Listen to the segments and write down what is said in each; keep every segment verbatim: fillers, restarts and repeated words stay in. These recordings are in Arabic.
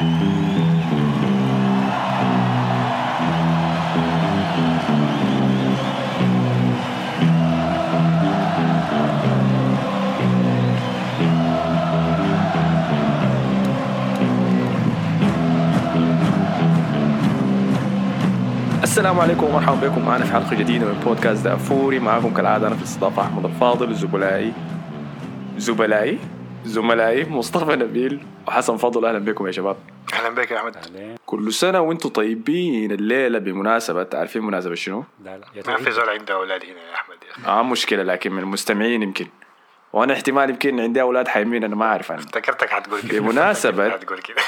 السلام عليكم ومرحبا بكم معنا في حلقة جديدة من بودكاست دافوري. معكم كالعادة أنا في الاستضافة أحمد الفاضل، زبلائي زبلائي زملائي مصطفى نبيل وحسن فضل. أهلا بكم يا شباب. أهلا بك يا أحمد. كل سنة وانتم طيبين. الليلة بمناسبة، عارفين مناسبة شنو؟ لا لا ما في زول عنده أولاد هنا يا أحمد يا أخي. آه مشكلة، لكن من المستمعين يمكن، وأنا احتمال يمكن عندي أولاد حيمين أنا ما أعرف. أنا افتكرتك هتقول كده. بمناسبة هتقول كده.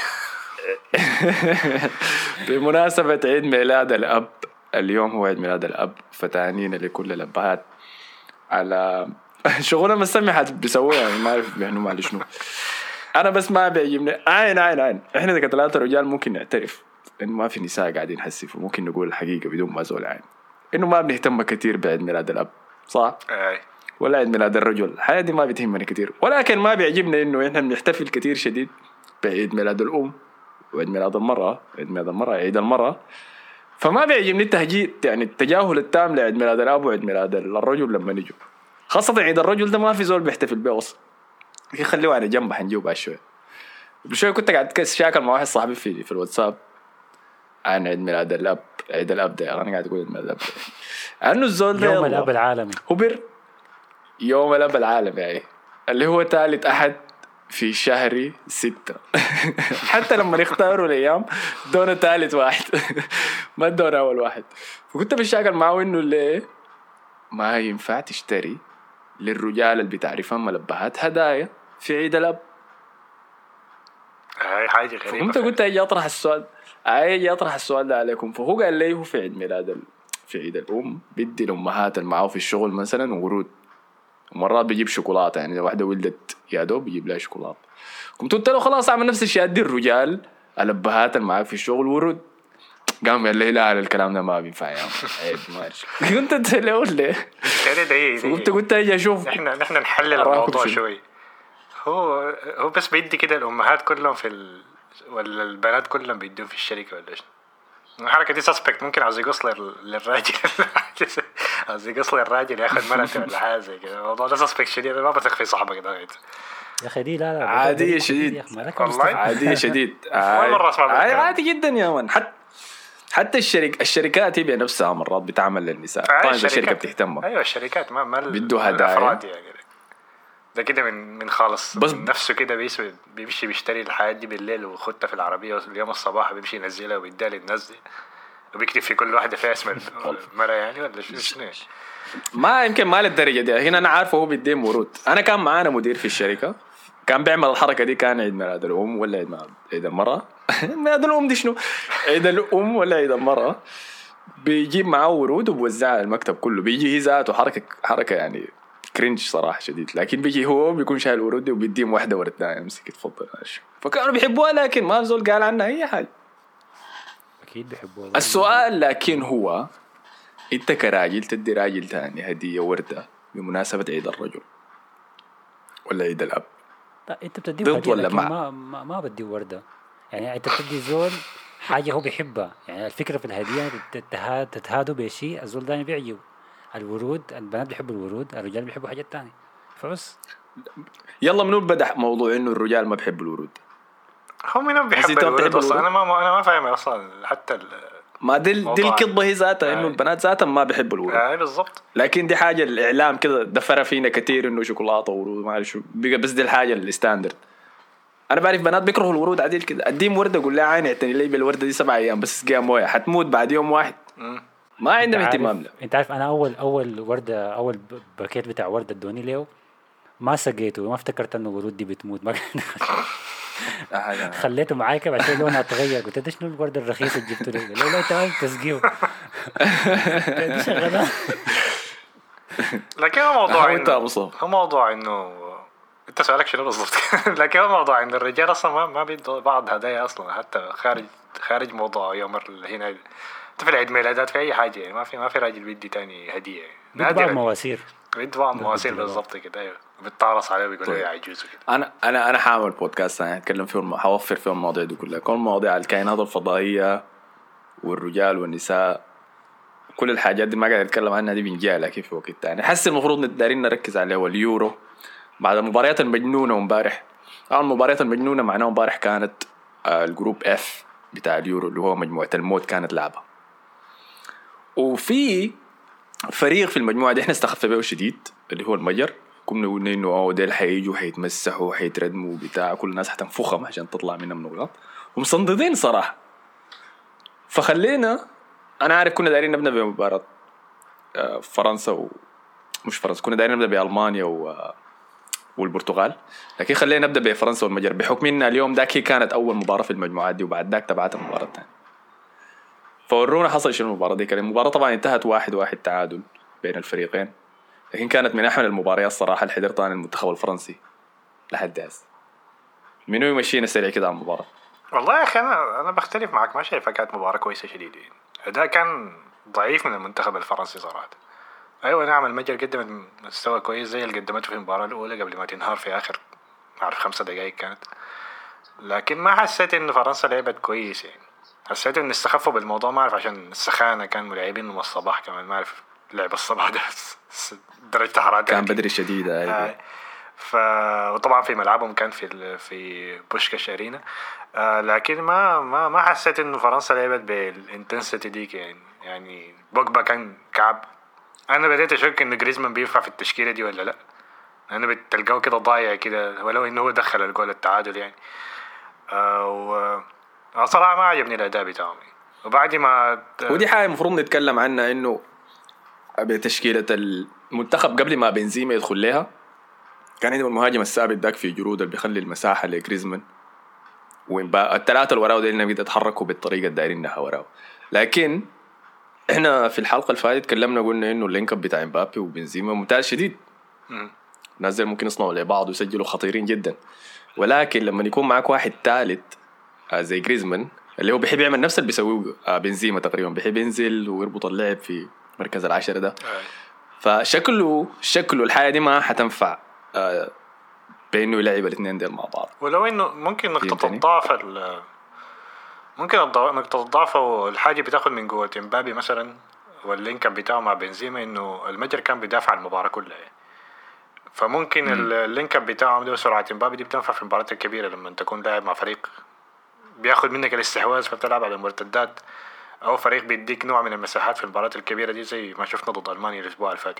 بمناسبة عيد ميلاد الأب، اليوم هو عيد ميلاد الأب، فتعنينا لكل الأبهات على شغلنا مسمي حد بيسويها يعني ما أعرف بيحنوا مالي شنو. أنا بس ما بيعجبني عين عين عين إحنا كثلاثة رجال ممكن نعترف إنه ما في نساء قاعدين نحسف، وممكن نقول الحقيقة بدون ما زول عين إنه ما بنهتم كتير بعيد ميلاد الأب، صح؟ أي. ولا عيد ميلاد الرجل، الحياة دي ما بتهمنا كتير. ولكن ما بيعجبنا إنه إحنا بنحتفل كتير شديد بعيد ميلاد الأم وعيد ميلاد المرأة، عيد ميلاد المرأة عيد المرأة. فما بيعجبني التهجير يعني التجاهل التام لعيد ميلاد الأب وعيد ميلاد الرجل لما نجوا، خاصة عيد الرجل ده ما في زول بيحتفل به أصلا، يخليه على جنب حنجيو بعد شوية. بشوية كنت قاعد كاس شاكل مع واحد صاحبي في في الواتساب عن عيد ميلاد الأب. عيد الأب ده أنا قاعد أقول عيد ميلاد الأب أنه الزول ده يوم الأب العالمي هو بير يوم الأب العالمي يعني اللي هو ثالث أحد في شهر ستة. حتى لما يختاروا الأيام دون ثالث واحد ما دون أول واحد. فكنت بشاكل معه إنه ليه ما ينفع تشتري للرجال اللي بتعرفهم ملبهات هدايا في عيد الأب. هاي حاجة غريبة. فكنت قلت أجي أطرح السؤال أجي أطرح السؤال ده عليكم. فهو قال لي هو في عيد ميلاد ال... في عيد الأم بدي الأمهات اللي معه في الشغل مثلا ورود، ومرات بيجيب شوكولاتة، يعني واحدة ولدت يا دوب بيجيب لها شوكولاتة. كنت قلت له خلاص أعمل نفس الشيء أدي الرجال الأبهات اللي معك في الشغل ورود. قام قال لي لا على الكلام ده ما بينفع يا عيب ماشي. كنت أنت اللي أقول لي كنت قلت أجي أشوف نحن نحن نحلل الموضوع شوي. هو هو بس بيدي كده الأمهات كلهم في ال... ولا البنات كلهم بيدون في الشركة ولا إيش؟ الحركة دي سسبكت، ممكن عاوز يقص للراجل عاوز يقص للراجل ياخد مرته ولا حاجة زي كده. الموضوع ده سسبكت شديد، ما بثق في صاحبك ده يا أخي. دي لا لا عادية شديد والله عادية شديد عادي جدا يا من. حتى حتى الشركة الشركات هي بنفسها مرات بتعمل للنساء. طبعا إذا الشركة بتهتم أيوة الشركات ما ما بدو هدايا ده كده من من خالص بس من نفسه كده بيسوي بيمشي بيشتري الحاجات دي بالليل وخدها في العربية واليوم الصباح بيمشي ينزلها ويديها للناس دي وبيكتب في كل واحدة فيها اسم المرة يعني ولا شنو. ما يمكن ما للدرجة دي. هنا أنا عارفه هو بيديم ورود. أنا كان معانا مدير في الشركة كان بيعمل الحركة دي. كان عيد ميلاد الأم ولا عيد ميلاد عيد المرأة ميلاد الأم دي شنو عيد الأم ولا عيد المرأة بيجيب معاه ورود وبوزعها على المكتب كله. بيجي هي ذاته حركة حركة يعني كرنج صراحة شديد، لكن بيجي هو بيكون شايل ورود وبيديم واحدة ورد ثانية يمسك تفضل. فكانوا بيحبوها لكن ما زول قال عنها أي حاجة. أكيد بيحبوها. السؤال لكن هو أنت كراجل تدي راجل تاني هدية وردة بمناسبة عيد الرجل ولا عيد الأب؟ لا أنت بتديه هدية ولا ما ما ما بدي وردة. يعني أنت بتدي زول حاجة هو بيحبها. يعني الفكرة في الهدية تتهاد تتهادوا بشيء الزول ده بيعجبه. الورود البنات بيحبوا الورود، الرجال بيحبوا حاجات تانية. فبس يلا منو بدأ موضوع إنه الرجال ما بيحبوا الورود؟ هو مين بيحب الورود أصلا؟ أنا ما أنا ما فاهم أصلا. حتى ما دي دي الكذبة هي ذاتها إنه البنات ذاتها ما بيحبوا الورود. آه بالضبط. لكن دي حاجة الإعلام كده دفر فينا كتير إنه شوكولاتة ورود ما أعرف شو بقى، بس دي الحاجة الستاندرد. أنا بعرف بنات بيكرهوا الورود عديل كده. أديم وردة أقول لها عيني اعتني لي بالوردة دي سبع أيام بس قام موية حتموت بعد يوم واحد. م. ما عندهم اهتمام له. انت عارف انا اول اول ورده اول باكيت بتاع ورده ادوني له ما سقيته وما افتكرت انه ورود دي بتموت. ما خليته معايا كده عشان لونها تغير. قلت ده شنو الورده الرخيصه اللي جبته له؟ لا لا تمام تسقيه. دي شغله. لكن هو موضوع هو موضوع انه انت سؤالك شنو بالضبط. لكن هو موضوع ان الرجال اصلا ما ما بيدوا بعض هدايا اصلا حتى خارج خارج موضوع يوم هنا في العيد ميلادات في اي حاجه. يعني ما في ما في راجل بيدي تاني هديه. نادر مواسير بيدوا بعض مواسير بالضبط كده. ايوه بتطارص عليه بيقولوا يا عجوز كده. انا انا انا حاعمل بودكاست يعني اتكلم فيه، حوفر فيه المواضيع دي كلها، كل مواضيع الكائنات الفضائيه والرجال والنساء كل الحاجات دي ما قاعد اتكلم عنها، دي بنجيها كيف في وقت يعني. حس المفروض دارين نركز عليه واليورو بعد المباريات المجنونه امبارح. اه المباريات المجنونه معناها امبارح كانت آه الجروب اف بتاع اليورو اللي هو مجموعه الموت كانت لعبه، وفي فريق في المجموعه دي احنا استخف به شديد اللي هو المجر. كنا قلنا انه اه ديل حييجوا حيتمسحوا حيتردموا بتاع كل الناس حتنفخهم عشان تطلع منهم نقاط ومصنددين صراحه. فخلينا انا عارف كنا دايرين نبدا بمباراه فرنسا و... مش فرنسا، كنا دايرين نبدا بالمانيا و... والبرتغال، لكن خلينا نبدا بفرنسا والمجر بحكم ان اليوم داك هي كانت اول مباراه في المجموعات دي وبعد ذاك تبعت المباراه الثانيه. فورونا حصل شنو المباراه دي. كانت المباراه طبعا انتهت واحد واحد تعادل بين الفريقين، لكن كانت من احسن المباريات الصراحه اللي حضرتها المنتخب الفرنسي لحد هسه. منو يمشينا سريع كده على المباراه؟ والله يا اخي انا انا بختلف معك، ما شايفها كانت مباراه كويسه شديد. ده كان ضعيف من المنتخب الفرنسي صراحه. ايوه نعم المجر قدمت مستوى كويس زي اللي قدمته في المباراه الاولى قبل ما تنهار في اخر اعرف خمسة دقائق كانت، لكن ما حسيت ان فرنسا لعبت كويس يعني. حسيت ان استخفوا بالموضوع، ما اعرف عشان السخانه كان ملاعبين من الصباح كمان، ما اعرف لعب الصباح ده درجه حرارته كان بدري شديده آه. ف وطبعا في ملعبهم كان في في بوشكاش ارينا آه، لكن ما ما ما حسيت انه فرنسا لعبت بالانتنسيتي ديك يعني. يعني بوجبا كان كعب. انا بديت اشك ان جريزمان بينفع في التشكيله دي ولا لا. انا بتلقاه كده ضايع كده ولو انه هو دخل الجول التعادل يعني. آه و صراحه ما عجبني الاداء بتاعهم. وبعد ما ودي حاجه المفروض نتكلم عنها انه بتشكيله المنتخب قبل ما بنزيما يدخل لها كان عندهم المهاجم الثابت داك في جرود اللي بيخلي المساحه لجريزمان، والثلاثه اللي وراه دي اللي يتحركوا بالطريقه الدايرين انها وراه. لكن احنا في الحلقه اللي فاتت تكلمنا قلنا انه اللينك اب بتاع امبابي وبنزيما ممتاز شديد، نازل ممكن يصنعوا لبعض ويسجلوا خطيرين جدا. ولكن لما يكون معك واحد ثالث زي جريزمان اللي هو بيحب يعمل نفس اللي بيسويه بنزيما تقريبا، بيحب ينزل ويربط اللعب في مركز العشرة ده، فشكله شكله الحياة دي ما حتنفع بأنه يلعب الاثنين ديل مع بعض. ولو إنه ممكن نقطة الضعف ممكن نقطة الضعف والحاجة بتاخد من قوة امبابي مثلا واللينك بتاعه مع بنزيما إنه المجر كان بيدافع عن المباراة كلها يعني. فممكن اللينك بتاعه ده سرعة امبابي دي بتنفع في المباريات الكبيرة لما تكون لاعب مع فريق بياخد منك الاستحواذ فبتلعب على المرتدات، أو فريق بيديك نوع من المساحات في المباريات الكبيرة دي زي ما شفنا ضد ألمانيا الأسبوع الفات.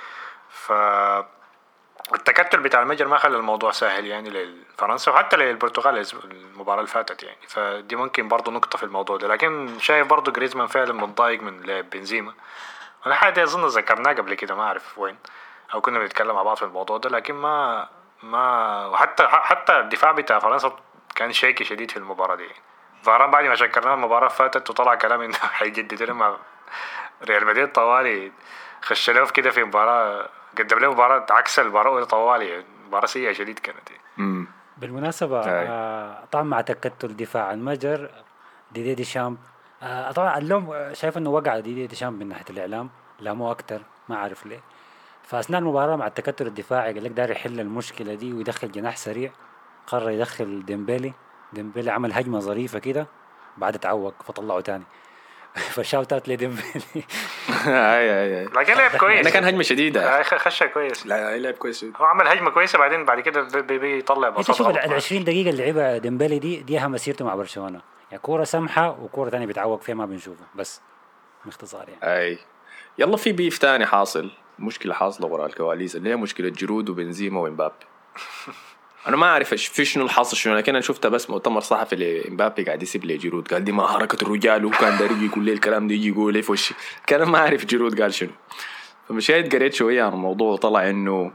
فالتكتل بتاع المجر ما خلى الموضوع سهل يعني للفرنسا وحتى للبرتغال المباراة اللي فاتت يعني. فدي ممكن برضو نقطة في الموضوع ده. لكن شايف برضو جريزمان فعلا متضايق من لعب بنزيما، والحاجة أظن ذكرناه قبل كده ما أعرف وين أو كنا بنتكلم مع بعض في الموضوع ده. لكن ما ما وحتى حتى الدفاع بتاع فرنسا كان شيكي شديد في المباراة دي. فاران بعد ما شكرنا المباراة فاتت وطلع كلام إنه حيجدد لنا ريال مدريد طوالي، خش له كده في مباراة قدم له مباراة عكس المباراة طوالي، مباراة سيئة شديد كانت. امم بالمناسبة آه طبعا مع تكتل دفاع المجر ديدي دي شامب آه طبعا اللوم شايف إنه وقع ديدي دي شامب من ناحية الإعلام لا مو أكتر ما عارف ليه. فأثناء المباراة مع التكتل الدفاعي قال لك داري يحل المشكلة دي ويدخل جناح سريع، قرر يدخل ديمبيلي. ديمبيلي عمل هجمة ظريفة كده بعد تعوق فطلعه تاني فشاوت اوت لديمبيلي. اي اي اي لكن لعب كويس، انا كان هجمة شديدة خشة كويس. لا لعب كويس، هو عمل هجمة كويسة بعدين بعد كده بيطلع بساطة. انت شوف ال عشرين دقيقة اللي لعبها ديمبيلي دي دي اهم مسيرته مع برشلونة يعني، كورة سمحة وكورة تانية بيتعوق فيها ما بنشوفه بس باختصار يعني. اي يلا في بيف تاني حاصل، مشكلة حاصلة وراء الكواليس اللي هي مشكلة جرود وبنزيما وإمبابي. أنا ما أعرف إيش في شنو الحاصل شنو، لكن أنا شفته بس مؤتمر صحفي لإمبابي قاعد يسيب لي جرود قال دي ما حركة الرجال وكان داري يقول لي الكلام ده يجي يقول لي فوشي كان ما أعرف جرود قال شنو. فمشيت قريت شوية عن الموضوع وطلع إنه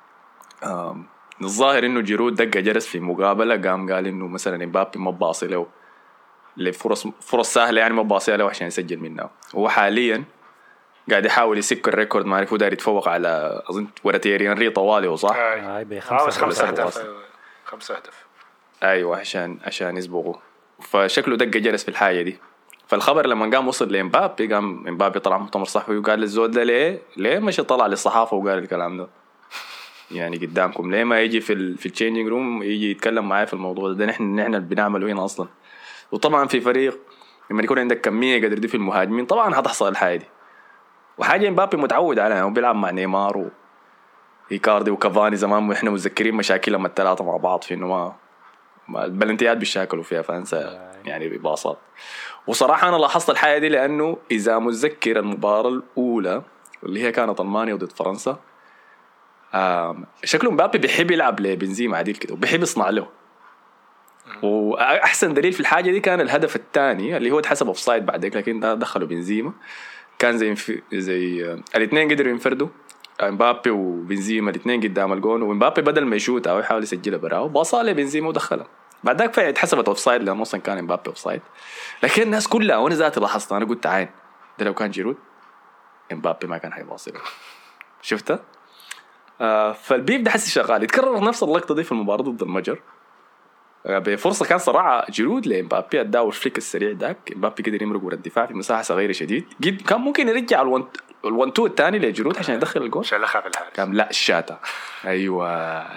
الظاهر إنه جرود دق جرس في مقابلة قام قال إنه مثلا إمبابي ما باصي له لفرص فرص سهلة يعني ما باصي له عشان يسجل منها. هو حاليا قاعد يحاول يسك الريكورد ما عارف داير يتفوق على أظن وراتيري هنري طوالي وصح آه بخمسة خمسة أهداف خمسة أهداف أيوة عشان عشان يسبقوا. فشكله دق جلس في الحاجة دي. فالخبر لما قام وصل لإمبابي قام إمبابي طلع مؤتمر صحفي وقال للزول ده ليه ليه مش طلع للصحافة وقال الكلام ده يعني قدامكم ليه ما يجي في ال في التشينجينج روم يجي يتكلم معايا في الموضوع ده نحن نحن اللي بنعمله هنا أصلا. وطبعا في فريق لما يكون عندك كمية قدر دي في المهاجمين طبعا هتحصل الحاجة دي. وحاجة إمبابي متعود عليها هو بيلعب مع نيمار وإيكاردي وكافاني زمان وإحنا متذكرين مشاكلهم الثلاثة مع بعض في إنه ما, ما البلنتيات بيشاكلوا فيها فانسى يعني ببساطة. وصراحة أنا لاحظت الحاجة دي لأنه إذا متذكر المباراة الأولى اللي هي كانت ألمانيا ضد فرنسا شكله مبابي بيحب يلعب لبنزيما عديل كده وبيحب يصنع له. وأحسن دليل في الحاجة دي كان الهدف الثاني اللي هو اتحسب أوفسايد بعدك لكن ده دخلوا بنزيما كان زي زي الاثنين قدروا ينفردوا مبابي وبنزيما الاثنين قدام الجون ومبابي بدل ما يشوت أو يحاول يسجلها براو باصها لبنزيما ودخلها بعد ذاك فعلا اتحسبت أوفسايد لأنه أصلا كان مبابي أوفسايد. لكن الناس كلها وأنا ذاتي لاحظت أنا قلت عين ده لو كان جيرود مبابي ما كان هيواصل شفتها. آه فالبيب ده حسي شغال يتكرر نفس اللقطة دي في المباراة ضد المجر آه بفرصة كان صراحة جيرود لمبابي أداء الفليك السريع داك مبابي قدر يمرق ورا الدفاع في مساحة صغيرة شديد جد كان ممكن يرجع الون الون تو الثاني لجيرود عشان يدخل الجول شلخها في الحارس كان لا الشاتا أيوة.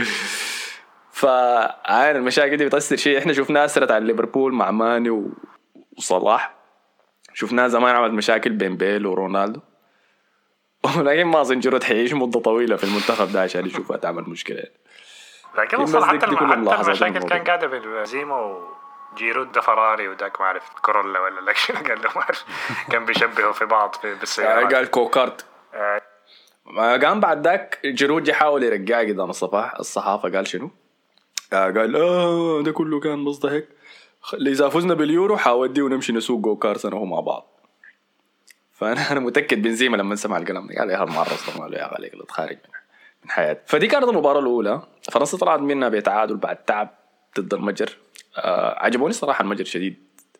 فعين المشاكل دي بتأثر شيء احنا شفناه أثرت على ليفربول مع ماني وصلاح شفناه زمان عملت مشاكل بين بيل ورونالدو ولكن ما أظن جيرود حيعيش مدة طويلة في المنتخب ده عشان يشوفها تعمل مشكلة. لكن صراحة حتى المشاكل كان قاعدة بالبنزيما وجيرود ده فراري وداك ما عرف كورولا ولا لكن قال له ما عرف كان بيشبهوا في بعض في بالسيارات قال كوكارت ما قام بعد ذاك جيرود يحاول يرجع قدام الصفحة الصحافة قال شنو قال آه ده كله كان مصدهك إذا فزنا باليورو حاودي ونمشي نسوق جو كارت أنا وهو مع بعض. فأنا أنا متأكد بنزيما لما نسمع الكلام قال يا هالمعرض ده ماله يا غالي قلت خارج من حياتي. فدي كانت المباراة الأولى فرنسا طلعت منها بتعادل بعد تعب ضد المجر. آه عجبوني صراحة المجر شديد.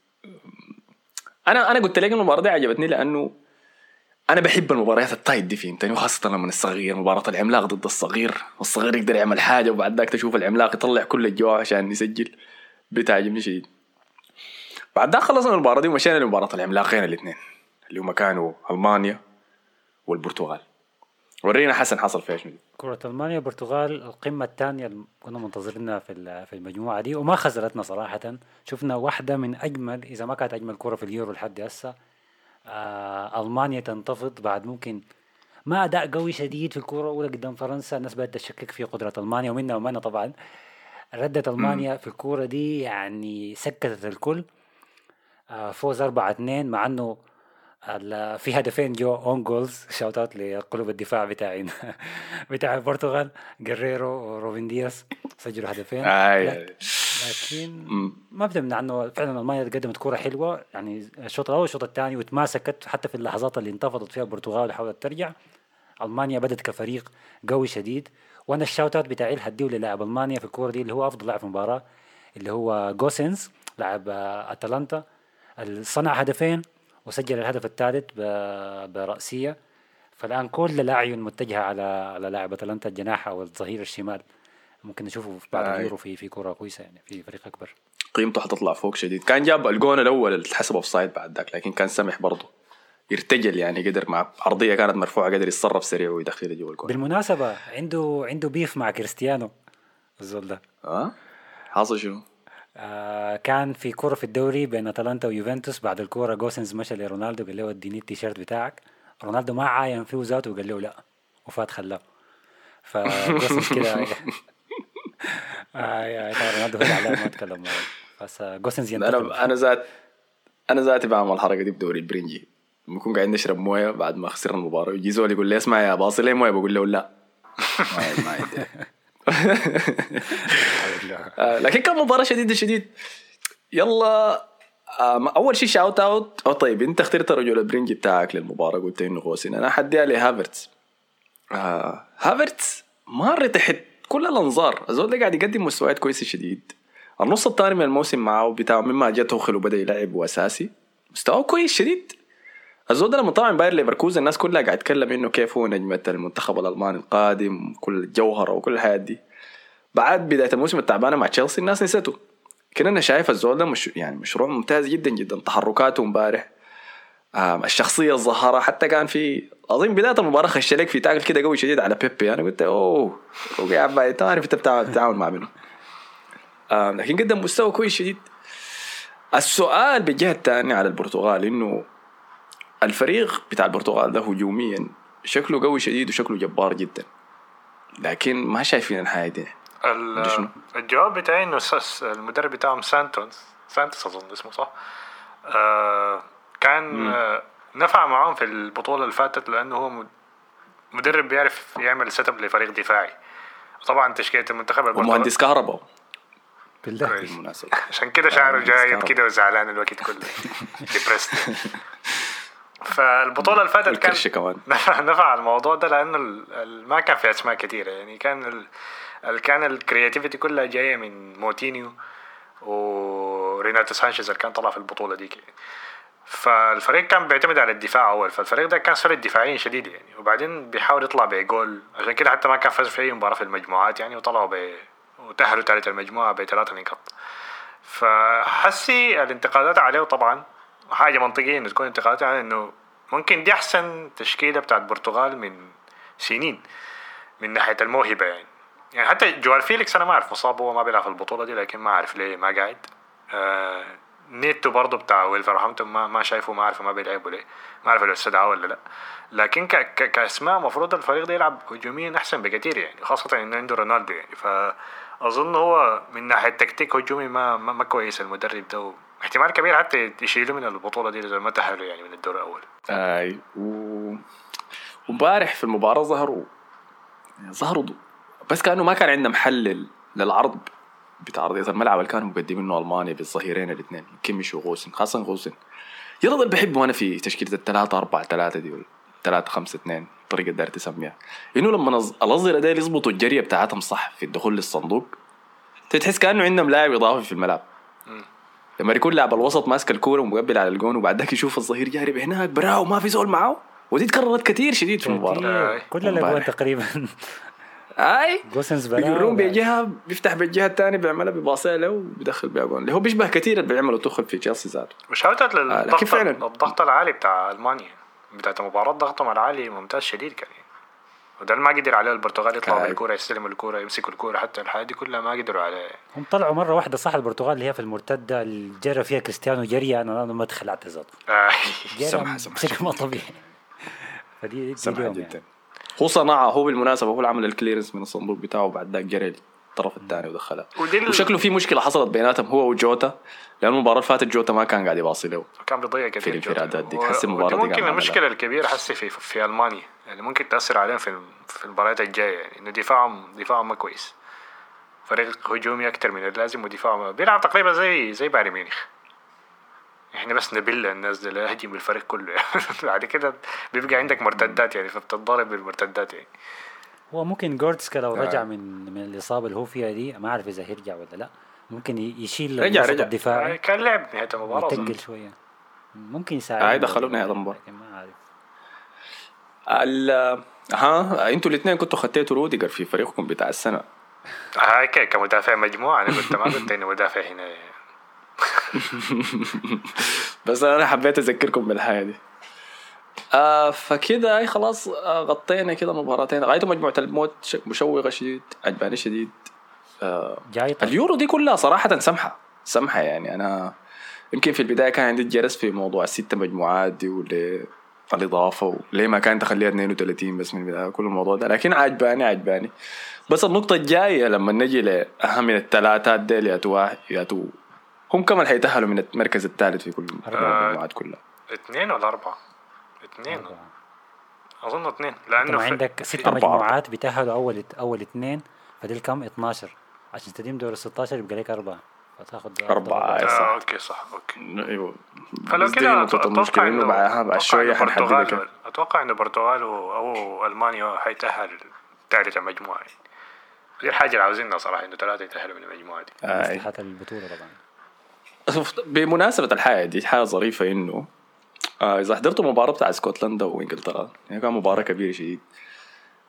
أنا أنا قلت لك المباراة دي عجبتني لأنه أنا بحب المباريات التايت دي فهمتني وخاصة لما الصغير مباراة العملاق ضد الصغير والصغير يقدر يعمل حاجة وبعد ذاك تشوف العملاق يطلع كل الجوع عشان يسجل بتعجبني شديد. بعد ذاك خلصنا المباراة دي ومشينا لمباراة العملاقين الاثنين اللي هم كانوا ألمانيا والبرتغال. ورينا حسن حصل فيها شنو كرة ألمانيا والبرتغال القمة الثانية كنا منتظرينها في في المجموعة دي وما خزلتنا صراحة. شفنا واحدة من أجمل إذا ما كانت أجمل كرة في اليورو لحد هسه. آه ألمانيا تنتفض بعد ممكن ما أداء قوي شديد في الكرة الأولى قدام فرنسا. الناس بدأت تشكك في قدرة ألمانيا ومنها ومنها طبعا ردت ألمانيا م. في الكرة دي يعني سكتت الكل. آه فوز أربعة اثنين مع أنه في هدفين جو اون جولز شاوت اوت لقلوب الدفاع بتاعين بتاع البرتغال جيريرو وروبن دياس سجلوا هدفين. آه لكن ما بتمنع انه فعلا المانيا قدمت كرة حلوة يعني الشوط الاول والشوط الثاني وتماسكت حتى في اللحظات اللي انتفضت فيها البرتغال وحاولت ترجع. المانيا بدت كفريق قوي شديد وانا الشاوت اوت بتاعي هديه للاعب المانيا في الكرة دي اللي هو افضل لاعب في المباراة اللي هو جوسينز لاعب اتلانتا صنع هدفين وسجل الهدف الثالث برأسية. فالآن كل الأعين متجهة على على لاعب أتلانتا الجناح أو الظهير الشمال ممكن نشوفه بعد آه. اليورو في في كرة كويسة يعني في فريق أكبر قيمته حتطلع فوق شديد. كان جاب الجون الأول اللي اتحسب أوفسايد بعد ذاك لكن كان سمح برضه يرتجل يعني قدر مع عرضية كانت مرفوعة قدر يتصرف سريع ويدخل جوا الجون. بالمناسبة عنده عنده بيف مع كريستيانو الزول ده. آه حاصل شنو؟ آه كان في كرة في الدوري بين أتلانتا ويوفنتوس بعد الكرة جوسنز مشى لرونالدو قال له اديني التيشيرت بتاعك. رونالدو ما عاين فيه ذاته وقال له لا وفات خلاه. فجوسنز كده آه يا رونالدو هو على ما تكلم بس جوسنز ينتقم. انا انا ذات انا ذاتي بعمل الحركة دي بدوري البرنجي بنكون قاعدين نشرب مويه بعد ما خسرنا المباراة يجي زول يقول لي اسمع يا باصي لي مويه بقول له لا ما ما لكن كان مباراة شديدة شديد. يلا أول شيء شاوت أوت أو طيب أنت اخترت رجل البرنجي بتاعك للمباراة قلت إنه غوسين أنا حدي عليه هافرتس. آه هافرتس مرة تحت كل الأنظار الزول ده قاعد يقدم مستويات كويسة شديد. النص الثاني من الموسم معه بتاعه مما جاته خلو بدأ يلعب وأساسي مستواه كويس شديد. الزول ده لما طلع من باير ليفركوزن الناس كلها قاعد تتكلم إنه كيف هو نجمة المنتخب الألماني القادم كل الجوهرة وكل الحاجات دي. بعد بداية الموسم التعبانة مع تشيلسي الناس نسيته كنا أنا شايف الزول ده مش يعني مشروع ممتاز جدا جدا. تحركاته امبارح، الشخصية الظاهرة، حتى كان في أظن بداية المباراة خش لك في تاكل كده قوي شديد على بيبي. أنا قلت أوه أوكي عباية تعرف أنت بتتعاون مع منه. آه لكن قدم مستوى كويس شديد. السؤال بالجهة الثانية على البرتغال إنه الفريق بتاع البرتغال ده هجوميا شكله قوي شديد وشكله جبار جدا، لكن ما شايفين الحاجة دي. الجواب بتاعي إنه المدرب بتاعهم سانتوس سانتوس أظن اسمه صح، آه كان آه نفع معهم في البطولة اللي فاتت لأنه هو مدرب بيعرف يعمل سيت اب لفريق ديفاعي. طبعا تشكيلة المنتخب البرتغالي ومهندس كهرباء بالمناسبة، عشان كده شعره جايب كده وزعلان الوقت كله ديبرست. فالبطولة اللي فاتت كان نفع, نفع الموضوع ده لأنه ما كان في أسماء كثيرة، يعني كان ال كان الكرياتيفيتي كلها جاية من موتينيو وريناتو سانشيز اللي كان طلع في البطولة دي كده. فالفريق كان بيعتمد على الدفاع أول، فالفريق ده كان سرد دفاعيا شديد يعني، وبعدين بيحاول يطلع بجول، عشان كده حتى ما كان فاز في أي مباراة في المجموعات يعني، وطلعوا ب وتأهلوا ثالث المجموعة بثلاثة نقاط. فحسي الانتقادات عليه طبعا حاجة منطقية إنه تكون انتقادات عليه، إنه ممكن دي أحسن تشكيلة بتاعت البرتغال من سنين من ناحية الموهبة يعني. يعني حتى جوال فيليكس أنا ما أعرف مصاب، هو ما بيلعب في البطولة دي، لكن ما أعرف ليه ما قاعد. آه نيتو برضو بتاع ويلفرهامبتون ما ما شايفه، ما أعرف ما بيلعبوا ليه، ما أعرف لو استدعاه ولا لا. لكن ك ك كأسماء مفروض الفريق ده يلعب هجوميا أحسن بكثير يعني، خاصة إنه عنده رونالدو يعني. فأظن هو من ناحية تكتيك هجومي ما ما, ما كويس المدرب ده، احتمال كبير حتى يشيله من البطولة دي إذا ما تأهلوا يعني من الدور الأول. أي و ومبارح في المباراة ظهروا ظهروا بس كانوا ما كان عندهم حل للعرض بتاع أرضية الملعب اللي كانوا مقدمينه ألمانيا بالظهيرين الاثنين كيميش وغوسن، خاصة غوسن يرضى بحبه أنا في تشكيلة الثلاثة أربعة ثلاثة دي ولا ثلاثة خمسة اثنين طريقة دار تسميها، إنه لما الأظهرة ده يضبطوا الجرية بتاعتهم صح في الدخول للصندوق تحس كأنه عندهم لاعب إضافي في الملعب. لما يكون لاعب الوسط ماسك الكورة ومقبل على الجون وبعد ذاك يشوف الظهير جاري هناك براو ما في زول معه، ودي تكررت كتير شديد في المباراة كل الأجوان تقريبا. اي جوسنز بيجرون بيجيها بيفتح بالجهه الثانيه بيعملها بباصيه له وبيدخل بيها جون اللي هو بيشبه كثير اللي بيعمله تدخل في تشيلسي ذاته. وشاوتت للضغط آه الضغط العالي بتاع المانيا بتاعت المباراه، ضغطهم العالي ممتاز شديد كان يعني. وده ما قدر عليه البرتغال يطلع بالكره يستلم الكره يمسك الكره، حتى الحياه دي كلها ما قدروا عليه. هم طلعوا مره واحده صح البرتغال اللي هي في المرتده اللي جرى فيها كريستيانو جري انا ما ادخل اعتزاز سمح سمح ما طبيعي. فدي سمح جدا يعني. هو صنعها هو بالمناسبة، هو اللي عمل الكليرنس من الصندوق بتاعه وبعد ذاك جري الطرف الثاني ودخلها. وشكله في مشكلة حصلت بيناتهم هو وجوتا، لأن المباراة اللي فاتت جوتا ما كان قاعد يباصي له، كان بيضيع كثير في الانفرادات دي. حس المباراة دي ممكن المشكلة الكبيرة حسي في في ألمانيا يعني، ممكن تأثر عليهم في في المباريات الجاية يعني، إنه دفاعهم دفاعهم ما كويس، فريق هجومي أكتر من اللازم ودفاعهم بيلعب تقريبا زي زي بايرن ميونخ. احنا بس نبل الناس دي لا هجم بالفريق كله بعد كده بيبقى عندك مرتدات يعني، فبتضارب بالمرتدات يعني. هو ممكن جوردسكا لو رجع من من الإصابة اللي هو فيها دي ما أعرف إذا هيرجع ولا لا، ممكن يشيل رجع رجع الدفاع كان لعب نهاية المباراة يتقل شوية، ممكن يساعد. هاي دخلوا نهاية المباراة ما أعرف. ال ها انتوا الاثنين كنتوا خدتوا روديجر في فريقكم بتاع السنة. هاي كمدافع مجموعة أنا قلت ما قلت إنه مدافع هنا بس أنا حبيت أذكركم بالحاجة دي. آه فكده أي خلاص آه غطينا كده مباراتين. غايته مجموعة الموت مشوقة شديد، عجباني شديد. آه اليورو دي كلها صراحة سمحة سمحة يعني. أنا يمكن في البداية كان عندي جرس في موضوع الستة مجموعات دي وليه الإضافة وليه ما كان تخليها اثنين وثلاثين بس من البداية كل الموضوع ده، لكن عجباني عجباني. بس النقطة الجاية لما نجي لأهم من الثلاثات دي ياتوا ياتوا هم كمان حيتأهلوا من المركز الثالث في كل المجموعات كلها. اثنين ولا أربعة؟ اثنين أظن اثنين، لأنه عندك ست مجموعات بيتأهلوا أول أول اثنين، فدي كم اثناشر عشان تديم دور الستاشر يبقى لك أربعة فتاخد أربعة. آه أوكي صح أوكي. أيوة. فلو كده أتوقع إنه بعد شوية حنحدد. أتوقع إنه البرتغال أو ألمانيا حيتأهل ثالث المجموعة. دي الحاجة اللي عاوزينها صراحة، إنه ثلاثة يتأهلوا من المجموعة دي. مصلحة البطولة طبعا. بمناسبة الحاجة دي حاجة ظريفة إنه آه إذا حضرتوا مباراة بتاع اسكتلندا وإنجلترا يعني كان مباراة كبيرة شديد.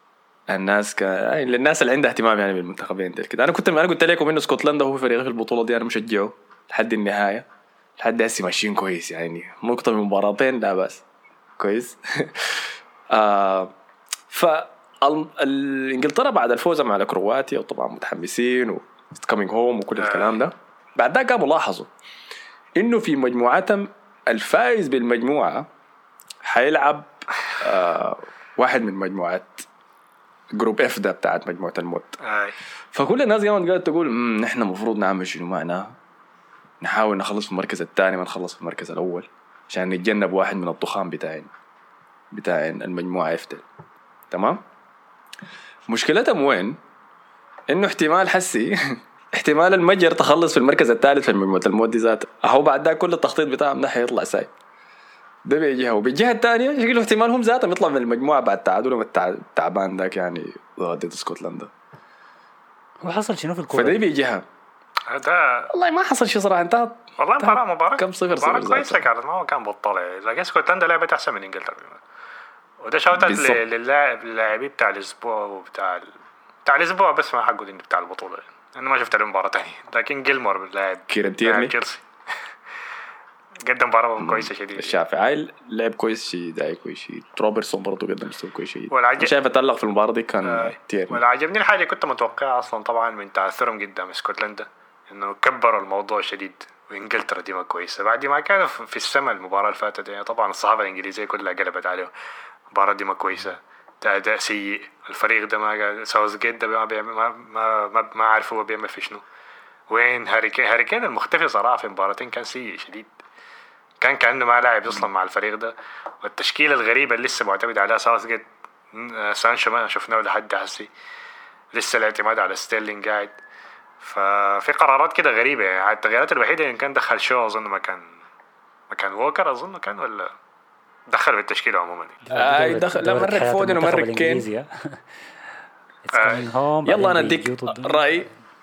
الناس ك... يعني للناس اللي عندها اهتمام يعني بالمنتخبين ديل كده. انا كنت انا قلت لكم انه اسكتلندا هو فريق في البطوله دي، انا مشجعه لحد النهايه، لحد هسه ماشيين كويس يعني، نقطه من مباراتين لا بس كويس. آه ف انجلترا بعد الفوز مع كرواتيا وطبعا متحمسين و coming home وكل الكلام ده، بعد ده قاموا لاحظوا انه في مجموعتهم الفائز بالمجموعه حيلعب آه واحد من مجموعات جروب اف ده بتاعت مجموعه الموت. فكل الناس قامت قالت تقول امم نحن المفروض نعمل شنو معناه، نحاول نخلص في المركز الثاني ما نخلص في المركز الاول عشان نتجنب واحد من الضخام بتاعين بتاعين المجموعه اف ده. تمام. مشكلتهم وين؟ انه احتمال حسي احتمال المجر تخلص في المركز الثالث في مجموعه الموت دي ذات، اهو بعد ده كل التخطيط بتاعهم ده حيطلع ساي. ده بيجيها، وبالجهه الثانيه شكله احتمال هم ذاتهم يطلعوا من المجموعه بعد تعادلهم التعبان ذاك يعني ضد اسكتلندا. هو حصل شنو في الكوره؟ فدي بيجيها هذا والله ما حصل شيء صراحه. انت والله مباراه مباراه كم صفر صفر مباراه كويسه كانت، ما كان بطاله، لكن اسكتلندا لعبت احسن من انجلترا. وده شوتات للاعب اللاعبين بتاع الاسبوع وبتاع ال... بتاع الاسبوع، بس ما حقول انه بتاع البطوله يعني. انا ما شفت المباراه ثانيه، لكن جيلمور اللاعب كيرن تيرني قدم مباراه كويسه شديد. الشافعي لعب كويس شيء، داي كويس شيء. روبرتسون برضه قدم مستوى كويس شيء. والعجب... شايف اتألق في المباراه دي كان آه. تيرني. ولا عجبني الحاجه كنت متوقعها اصلا طبعا من تعثرهم قدام اسكتلندا، انه كبروا الموضوع شديد، وانجلترا دي ما كويسه بعد ما كانوا في السماء المباراه اللي فاتت يعني. طبعا الصحافه الانجليزيه كلها قلبت عليهم، المباراه دي ما كويسه، أداء سيء، الفريق ده ما ساوثجيت ده ما بيعمل ما ما ما, ما عارف هو بيعمل في شنو. وين هاري كين؟ هاري كين المختفي صراحه في مباراتين كان سيء شديد، كان كأنه ما لاعب اصلا مع الفريق ده. والتشكيله الغريبه اللي لسه معتمد عليها ساوثجيت، سانشو ما شفناه لحد هسي، لسه الاعتماد على ستيرلينج قاعد. ففي قرارات كده غريبه يعني. التغييرات الوحيده اللي كان دخل شو اظن ما كان ما كان ووكر اظن كان، ولا دخل بالتشكيله عموما. اي دخل لا مرك فودن ومرك كين. يلا انا اديك راي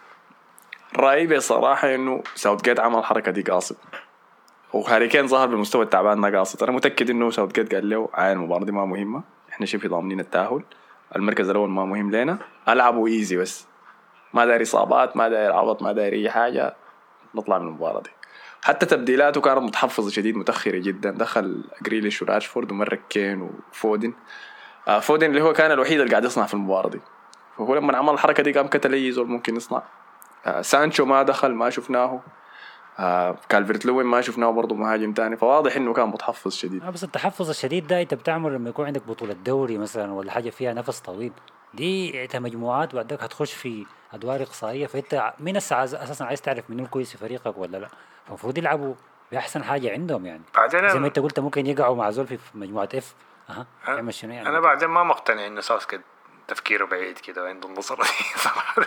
راي بصراحه انه ساوثجيت عمل الحركه دي قاصد، وهاري كين ظهر بالمستوى التعبان ده قاصد. انا متاكد انه ساوثجيت قال له عين المباراه دي ما مهمه، احنا شبه ضامنين التاهل، المركز الاول ما مهم لنا، العبوا ايزي بس، ما داير اصابات، ما داير عبط، ما داير اي حاجه، نطلع من المباراه دي. حتى تبديلاته كانت متحفظه شديد، متاخره جدا، دخل جريليش وراشفورد ومرك كين وفودن. آه فودن اللي هو كان الوحيد اللي قاعد يصنع في المباراه دي، فهو لما عمل الحركه دي قام كتل اي زول ممكن يصنع. آه سانشو ما دخل، ما شفناه. آه كالفرت لوين ما شفناه برضه مهاجم تاني، فواضح انه كان متحفظ شديد. آه بس التحفظ الشديد ده انت بتعمل لما يكون عندك بطوله دوري مثلا ولا حاجه فيها نفس طويل، دي انت مجموعات وبعدك هتخش في ادوار اقصائيه، فانت من الساعه اساسا عايز تعرف منو الكويس في فريقك ولا لا، فالمفروض يلعبوا باحسن حاجه عندهم يعني. زي ما انت قلت ممكن يقعوا مع زول في مجموعه اف. اها اعمل شنو يعني. انا بعدين ما مقتنع انه ساوثجيت تفكيره بعيد كده عنده النظره دي صراحه.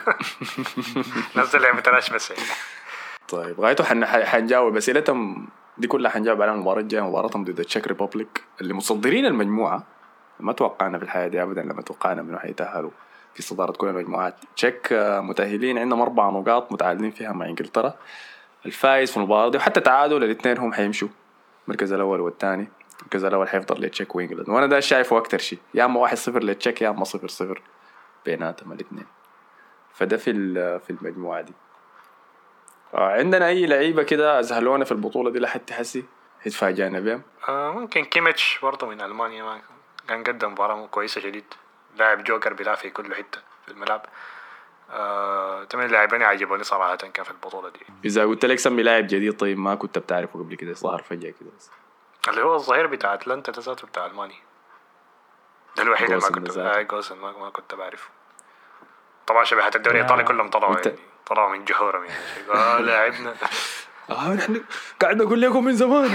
نزل لعبه بس يعني. طيب غايته حن حنجاوب اسئلتهم دي كلها، حنجاوب على المباراه الجايه، مباراتهم ضد التشيك ريبوبليك اللي مصدرين المجموعه. ما توقعنا في الحياه دي ابدا لما توقعنا منه حيتاهلوا في صداره كل المجموعات. تشيك متاهلين، عندهم اربع نقاط متعادلين فيها مع انجلترا، الفائز في المباراه دي وحتى تعادل الاثنين هم حيمشوا المركز الاول والثاني. المركز الاول حيفضل لتشيك وانجلترا، وانا ده شايفه اكثر شيء، يا اما واحد صفر لتشيك يا اما صفر صفر بيناتهم الاثنين. فده في في المجموعه دي. عندنا اي لعيبه كده ازهلونا في البطوله دي لحد تحسي يتفاجئنا بهم؟ آه ممكن كيميتش برضه من المانيا، ما كان قدم مباراه كويسه جديد، لاعب جوكر بيلعب في كل حته في الملعب. آه تمام لاعبين عجبوني صراحه كان في البطوله دي. اذا قلت لك سمي لاعب جديد طيب ما كنت بتعرفه قبل كده، ظهر فجاه كده بس. اللي هو الظهير بتاع اتلانتا تزاته بتاع المانيا ده الوحيد اللي ما كنت آه جوسن ما, ما كنت بعرفه. طبعا شبيهة الدوري الايطالي كلهم طلعوا يعني طلعوا من جهورهم يعني. آه لاعبنا اه نحن قاعد نقول لكم من زمان.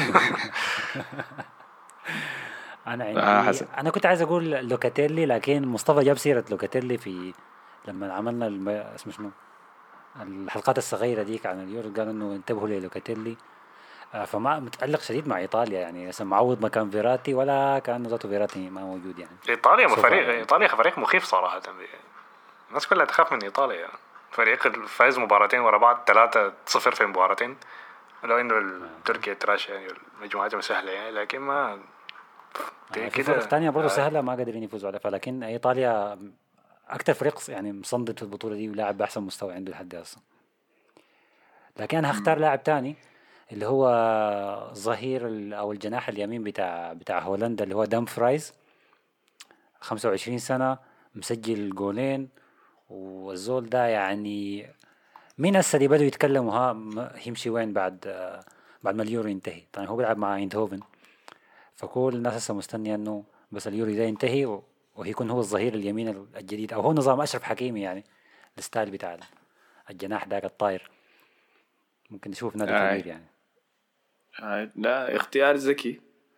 انا عندي آه انا كنت عايز اقول لوكاتيلي، لكن مصطفى جاب سيره لوكاتيلي في لما عملنا الم... اسمه شنو الحلقات الصغيره ديك عن اليورو، قال انه انتبهوا لوكاتيلي. آه فما متألق شديد مع ايطاليا يعني، اسم معوض مكان فيراتي ولا كانه ذاته فيراتي ما موجود يعني. ايطاليا فريق يعني. ايطاليا فريق مخيف صراحه، الناس كلها تخاف من ايطاليا يعني. فريق فاز مباراتين ورا بعض ثلاثة صفر في مباراتين، لو انه تركيا تراش يعني المجموعات سهله يعني، لكن ما في فرق تانية برضو سهلة ما قادرين يفوزوا عليها، لكن إيطاليا أكتر فريق يعني مصندت في البطولة دي ولاعب بأحسن مستوى عنده لحد هسه. لكن أنا هختار لاعب تاني اللي هو ظهير أو الجناح اليمين بتاع بتاع هولندا اللي هو دام فرايز، خمسة وعشرين سنة، مسجل جولين، والزول ده يعني مين هسه اللي بدوا يتكلموا ها يمشي وين بعد بعد ما اليورو ينتهي. طبعا هو بيلعب مع ايندهوفن، فكل الناس هسه مستنيه انه بس اليورو ده ينتهي وهيكون هو الظهير اليمين الجديد، او هو نظام اشرف حكيمي يعني الستايل بتاع الجناح داك الطاير، ممكن نشوف نادي آه. كبير يعني. آه. لا اختيار ذكي.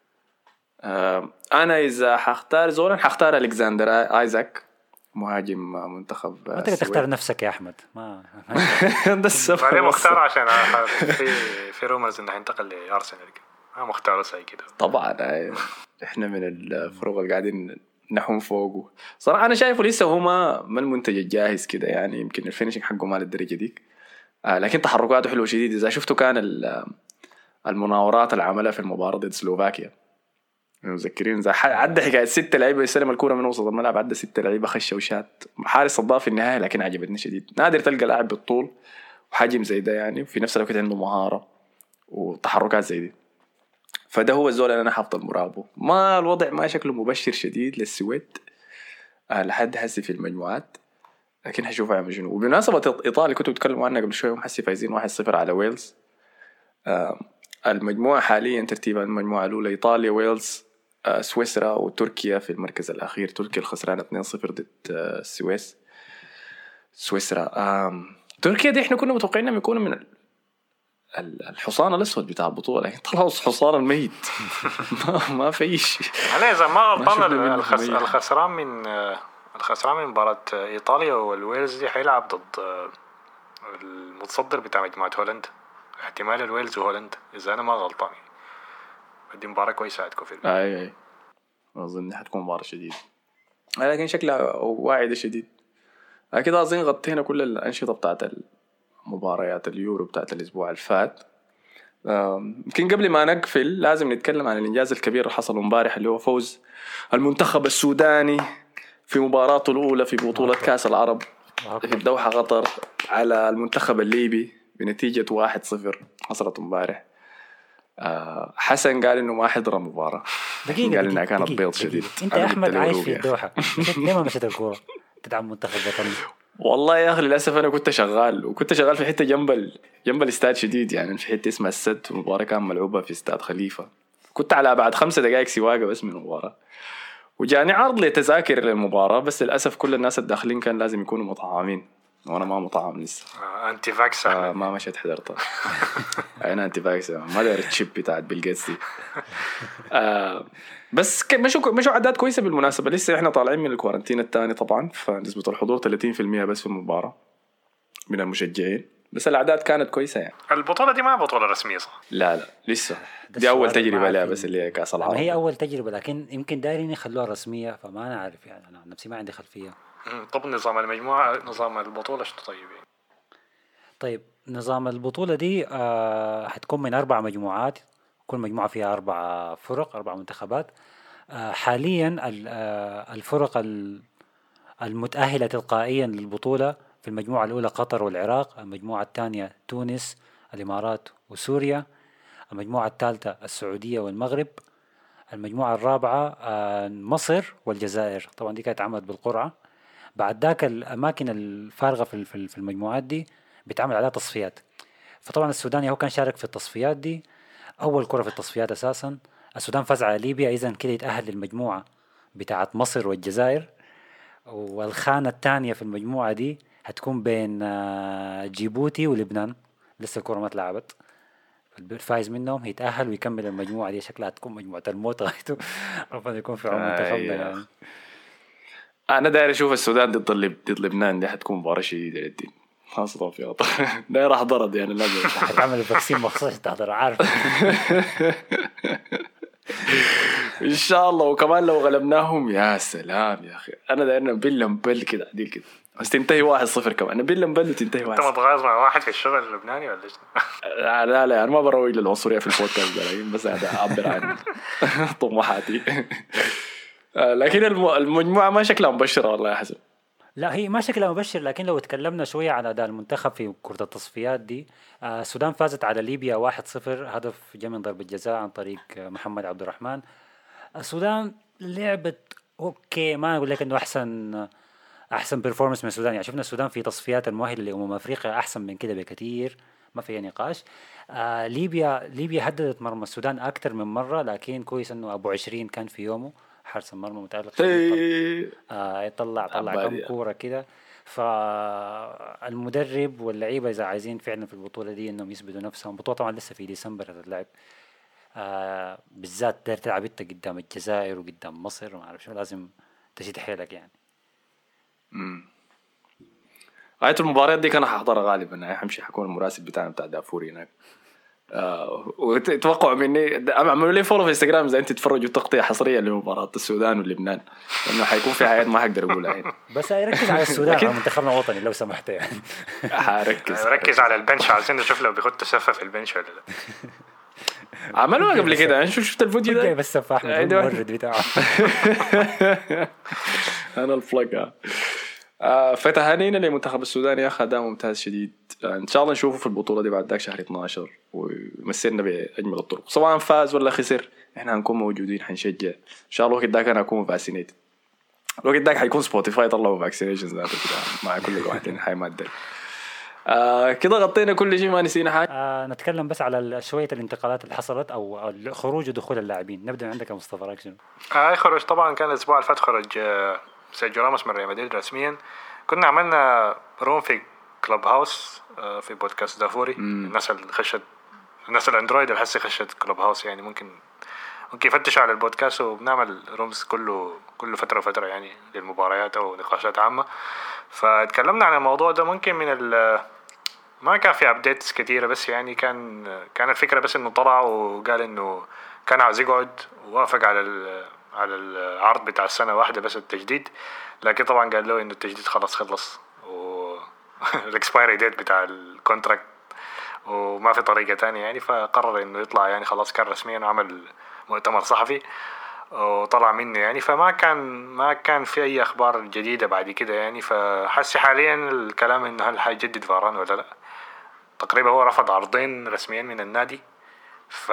آه. انا اذا حختار زولا حختار الكسندر ايزاك مهاجم منتخب. انت تختار نفسك يا احمد ما ده السبب. انا مختار عشان في في رومرز انه هينتقل لارسنال، انا مختاره زي كده. طبعا احنا من الفروق اللي قاعدين نحوم فوقه صراحه. انا شايفه لسه هو ما ما المنتج الجاهز كده يعني، يمكن الفينيشنج حقه ما للدرجه ديك، آه لكن تحركاته حلوه شديد. اذا شفته كان المناورات اللي عملها في المباراه ضد سلوفاكيا مذكرين، زي عدى حكايه ستة لعيبه يستلم الكوره من وسط الملعب، عدى ستة لعيبه خشه وشات، حارس صدها في النهايه، لكن عجبتني شديد. نادر تلقى لاعب بالطول وحجم زي ده يعني، وفي نفس الوقت عنده مهاره وتحركات زي دي، فده هو الزول اللي انا حافظ مراقبه. ما الوضع ما شكله مبشر شديد للسويد آه لحد هسي في المجموعات، لكن هشوفها عم شنو. وبمناسبه ايطاليا كنتوا بتكلموا عنها قبل شويه، هم حسي فايزين واحد صفر على ويلز. آه المجموعه حاليا ترتيبا المجموعه الاولى ايطاليا، ويلز، آه سويسرا، وتركيا في المركز الاخير. تركيا الخسرانه اثنين صفر ضد آه السويس. سويسرا آه تركيا دي احنا كنا متوقعين انهم يكونوا من الحصان الاسود بتاع البطوله، لكن طلعوا حصان الميت. ما ما في شيء. انا اذا ما غلطان الخس... الخسران من الخسران من مباراه ايطاليا والويلز دي حيلعب ضد المتصدر بتاع مجموعه هولندا، احتمال الويلز وهولندا اذا انا ما غلطان. دي مباراه كويسه عندكم في البلد. اي اي اظن حتكون مباراه شديده، لكن شكلها واعده شديد. اكيد اظن غطينا كل الانشطه بتاعت مباريات اليورو بتاعت الأسبوع الفات. يمكن قبل ما نقفل لازم نتكلم عن الإنجاز الكبير اللي حصل امبارح، اللي هو فوز المنتخب السوداني في مباراته الأولى في بطولة كأس العرب في الدوحة قطر على المنتخب الليبي بنتيجة واحد صفر حصلت امبارح. حسن قال إنه ما حضر المباراة، قال إنها كانت بيض شديد. أنت يا أحمد عايش في الدوحة، ليه ما مشيت الكورة تدعم منتخب وطني؟ والله يا أخي للأسف أنا كنت شغال، وكنت شغال في حتة جنب ال... جنب الاستاد شديد يعني، في حتة اسمها السد، والمباراة كان ملعوبة في استاد خليفة. كنت على بعد خمسة دقائق سواقة بس من المباراة، وجاني عرض لتذاكر للمباراة، بس للأسف كل الناس الداخلين كان لازم يكونوا مطعمين، وأنا ما مطعم لسه. آه، أنتي فاكس. آه ما مشيت حضرتها. أنا أنتي فاكس ما داير الشيب بتاعت بيل جيتس دي. آه بس مشوا مشوا عداد كويسة بالمناسبة. لسه إحنا طالعين من الكوارنتين الثاني طبعا، فنسبة الحضور ثلاثين بالمئة بس في المباراة من المشجعين، بس الأعداد كانت كويسة يعني. البطولة دي ما بطولة رسمية صح؟ لا لا لسه دي أول تجربة لها، بس اللي هي كأس العرب. هي أول تجربة، لكن يمكن دايرين يخلوها رسمية، فما أنا عارف يعني، أنا نفسي ما عندي خلفية. طب نظام المجموعة نظام البطولة شو طيب يعني؟ طيب نظام البطولة دي آه هتكون من أربع مجموعات، كل مجموعة فيها أربع فرق، أربع منتخبات. آه حاليا آه الفرق المتأهلة تلقائيا للبطولة في المجموعة الأولى قطر والعراق، المجموعة الثانية تونس، الإمارات وسوريا، المجموعة الثالثة السعودية والمغرب، المجموعة الرابعة آه مصر والجزائر. طبعا دي كانت عملت بالقرعة. بعد ذاك الأماكن الفارغة في في المجموعات دي بيتعمل عليها تصفيات. فطبعا السودان هو كان شارك في التصفيات دي، أول كرة في التصفيات أساسا. السودان فاز على ليبيا، إذن كده يتأهل للمجموعة بتاعت مصر والجزائر. والخانة الثانية في المجموعة دي هتكون بين جيبوتي ولبنان، لسه الكرة ما تلعبت. الفايز منهم هيتأهل ويكمل المجموعة دي، شكلها تكون مجموعة الموت غايته. ربنا يكون في عون منتخبنا يعني. أنا داير أشوف السودان ضد ضد لبنان، دي حتكون مباراة شديدة للدين خاصة في أطر. داير أحضر يعني، لازم حتعمل الفاكسين مخصوص تحضر، عارف. إن شاء الله. وكمان لو غلبناهم يا سلام يا أخي، أنا داير نبل نبل كده دي كده بس تنتهي واحد صفر كمان نبيل لمبلو تنتهي واحد. انت متغاظ مع واحد في الشغل اللبناني ولا ايش؟ لا لا انا ما بروج للعنصريه في البودكاست ده بس هذا اعبر عن طموحاتي. لكن المجموعه ما شكلها مبشره والله يا حسن. لا هي ما شكلها مبشر، لكن لو تكلمنا شويه عن اداء المنتخب في كره التصفيات دي، السودان فازت على ليبيا واحد صفر، هدف جاء من ضربه جزاء عن طريق محمد عبد الرحمن. السودان لعبت اوكي، ما اقول لك انه احسن احسن بيرفورمانس من السودان، يعني شفنا السودان في تصفيات المؤهله لامم افريقيا احسن من كده بكثير، ما في نقاش. آه ليبيا ليبيا هددت مرمى السودان اكثر من مره، لكن كويس انه ابو عشرين كان في يومه حارس المرمى متالق آه يطلع طلع كم كوره كده. فالمدرب واللعيبه اذا عايزين فعلا في البطوله دي انهم يثبتوا نفسهم، البطوله طبعا لسه في ديسمبر هتلعب، آه بالذات داير تلعب انت قدام الجزائر وقدام مصر وما اعرف شو، لازم تشد حيلك يعني. امم غاية المباريات دي كان حاحضرها غالبا، يعني حمشي حكون المراسل بتاعنا بتاع دافوري هناك. آه وتوقعوا مني اعملوا لي فولو في انستغرام اذا انت تتفرجوا تغطيه حصريه لمباراه السودان ولبنان، لانه حيكون في حاجات ما حقدر اقولها هنا. بس ركز على السودان على منتخبنا الوطني لو سمحت يعني. حركز ركز على البنش، عايزين نشوف لو بيخط سفه في البنش ولا لا. عملوها قبل كده، انا شفت الفيديو ده بس سفاح المورد بتاعه. انا الفلقه. آه فتهانينا لمنتخب السودان يا اخي، اداء ممتاز شديد. آه ان شاء الله نشوفه في البطوله دي بعد ذاك شهر اثناشر ويمثلنا باجمل الطرق، سواء فاز ولا خسر احنا هنكون موجودين حنشجع ان شاء الله. وقت ذاك انا اكون فاكسينيتد، الوقت ذاك حيكون سبوتيفاي طلعوا فاكسينيشنز ذاته كده مع كل واحد حي مادة. آه كده غطينا كل شيء، ما نسينا حاجه. آه نتكلم بس على شويه الانتقالات اللي حصلت او خروج ودخول اللاعبين. نبدا عندك يا مصطفى راكشن. آه خرج طبعا كان الاسبوع اللي فات خرج آه سيرجيو راموس من ريال مدريد رسميا. كنا عملنا روم في كلوب هاوس آه في بودكاست دافوري. مم. الناس اللي خشت الناس الاندرويد اللي حسي خشت كلوب هاوس يعني ممكن ممكن يفتشوا على البودكاست، وبنعمل رومز كله كل فتره وفتره يعني للمباريات او نقاشات عامه. فاتكلمنا عن الموضوع ده. ممكن من ال ما كان في ابديتس كثيره، بس يعني كان كان الفكره بس انه طلع وقال انه كان عاوز يقعد ووافق على على العرض بتاع السنه واحده بس التجديد، لكن طبعا قال له انه التجديد خلاص خلص والاكسبايري ديت بتاع الكونتراكت وما في طريقه تانية يعني. فقرر انه يطلع يعني خلاص، كان رسميا وعمل مؤتمر صحفي وطلع منه يعني. فما كان ما كان في اي اخبار جديده بعد كده يعني. فحسي حاليا الكلام انه هل حيجدد فاران ولا لا. تقريبا هو رفض عرضين رسميا من النادي، ف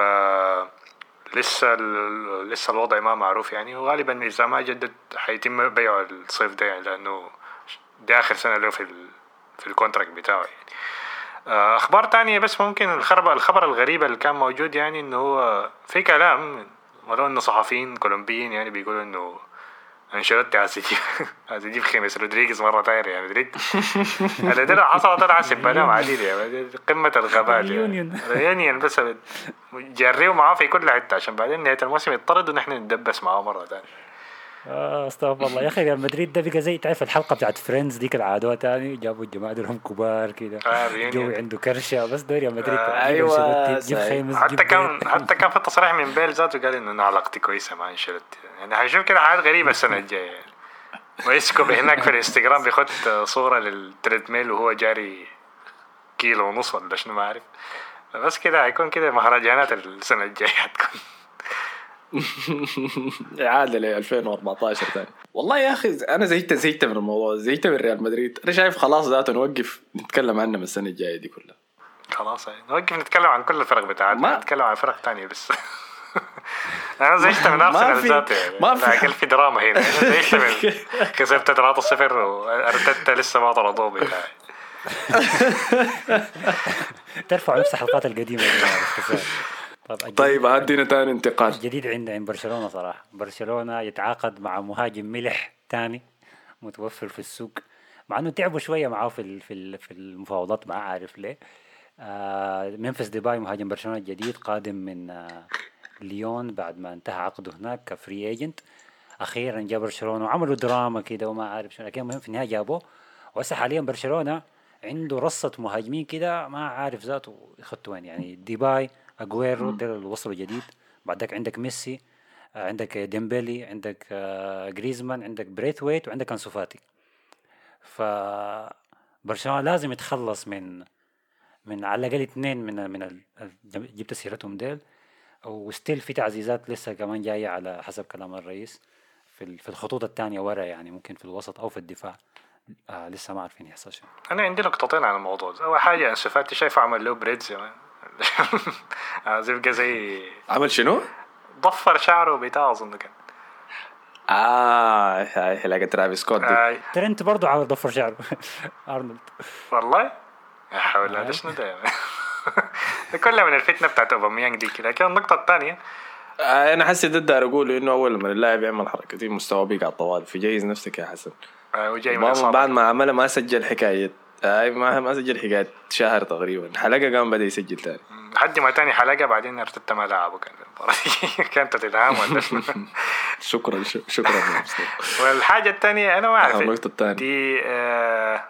لسه لسه الوضع ما معروف يعني. وغالبا اذا ما جدد حيتم بيعه الصيف ده يعني، لانه دي اخر سنه له في ال... في الكونتراكت بتاعه يعني. اخبار تانية بس ممكن الخبر الخبر الغريب اللي كان موجود يعني انه هو في كلام ولو انه صحفيين كولومبيين يعني بيقولوا انه انشيلوتي عايز يجيب عايز يجيب خيمس رودريغيز مره طاير يا مدريد. هذا ده حصل طلع سبانه عديد يا قمه الغباء يعني. بس جريوا معاه في كل حته عشان بعدين نهايه الموسم يطرد ونحن ندبس معاه مره ثانيه. اه استغفر الله يا اخي. ريال مدريد ده بقى زي تعرف الحلقه بتاعت فريندز ديك العادات تاني، جابوا الجماعه دول كبار كده آه جو عنده كرشه بس ده ريال مدريد. آه ايوه حتى كان حتى كان في تصريح من بيل ذاته قال انه انا علاقتي كويسه مع انشيلوتي يعني. هنشوف كده حاجات غريبه السنه الجايه يعني. ويسكو هناك في الانستغرام بيخط صوره للتريدميل وهو جاري كيلو ونص ولا شنو ما عارف. بس كده هيكون كده مهرجانات السنه الجايه هتكون عادة ل ألفين وأربعتاشر تاني. والله يا أخي أنا زهقت زهقت من الموضوع، زهقت من ريال مدريد. أنا شايف خلاص ذاته نوقف نتكلم عنه من السنة الجاية دي كلها. خلاص يعني نوقف نتكلم عن كل الفرق بتاعتنا، نتكلم عن فرق تانية بس. أنا زهقت من أرسنال ذاته يعني. ما في لكن في دراما هنا. أنا زهقت من كسبت ثلاثة صفر وأرتدت لسه ما طردوه بتاعي. ترفع نفس الحلقات القديمة يا جماعة. طيب, طيب عندنا تاني انتقال جديد عندنا عند برشلونة صراحة. برشلونة يتعاقد مع مهاجم ملح تاني متوفر في السوق، مع انه تعبوا شوية معه في في في المفاوضات ما عارف ليه. آه ممفيس ديباي مهاجم برشلونة الجديد قادم من آه ليون بعد ما انتهى عقده هناك كفري ايجنت. اخيرا جاء برشلونة وعملوا دراما كده وما عارف شو، لكن مهم في النهاية جابوه. وهسه حاليا برشلونة عنده رصة مهاجمين كده ما عارف ذاته يخطوا وين يعني. ديباي أغويرو ده اللي وصلوا جديد، بعدك عندك ميسي، عندك ديمبلي، عندك غريزمان، عندك بريثويت، وعندك أنسو فاتي. فبرشلونة لازم يتخلص من من على الأقل اثنين من من ال... جبت سيرتهم ديل، وستيل في تعزيزات لسه كمان جاية على حسب كلام الرئيس في في الخطوط الثانية ورا، يعني ممكن في الوسط أو في الدفاع. آه لسه ما عارفين يحصل شيء. أنا عندي نقطتين على الموضوع. أول حاجة أنسو فاتي شايفه عمل له بريدز يعني زي زي عمل شنو؟ ضفر شعره بتاعه أظن كان. آه هاي حلقة ترافيس سكوت دي. آه. ترنت برضو عمل ضفر شعره أرنولد. والله يا حول هذا شنو ده كلها من الفتنة بتاعت أوباميانج دي كده. لكن النقطة الثانية آه أنا حسي ضد أقول إنه أول ما اللاعب يعمل حركة دي مستوى بيقع طوال، في جايز نفسك يا حسن. آه وجاي من الإصابة. بعد ما عمله ما سجل حكاية آه ما ما سجل حكاية شهر تقريبا، حلقة قام بدأ يسجل تاني لحد ما تاني حلقة بعدين ارتدت ما لعبه كان كانت تتهام ولا شكرا شكرا. والحاجة الثانية أنا ما أعرف النقطة الثانية دي آه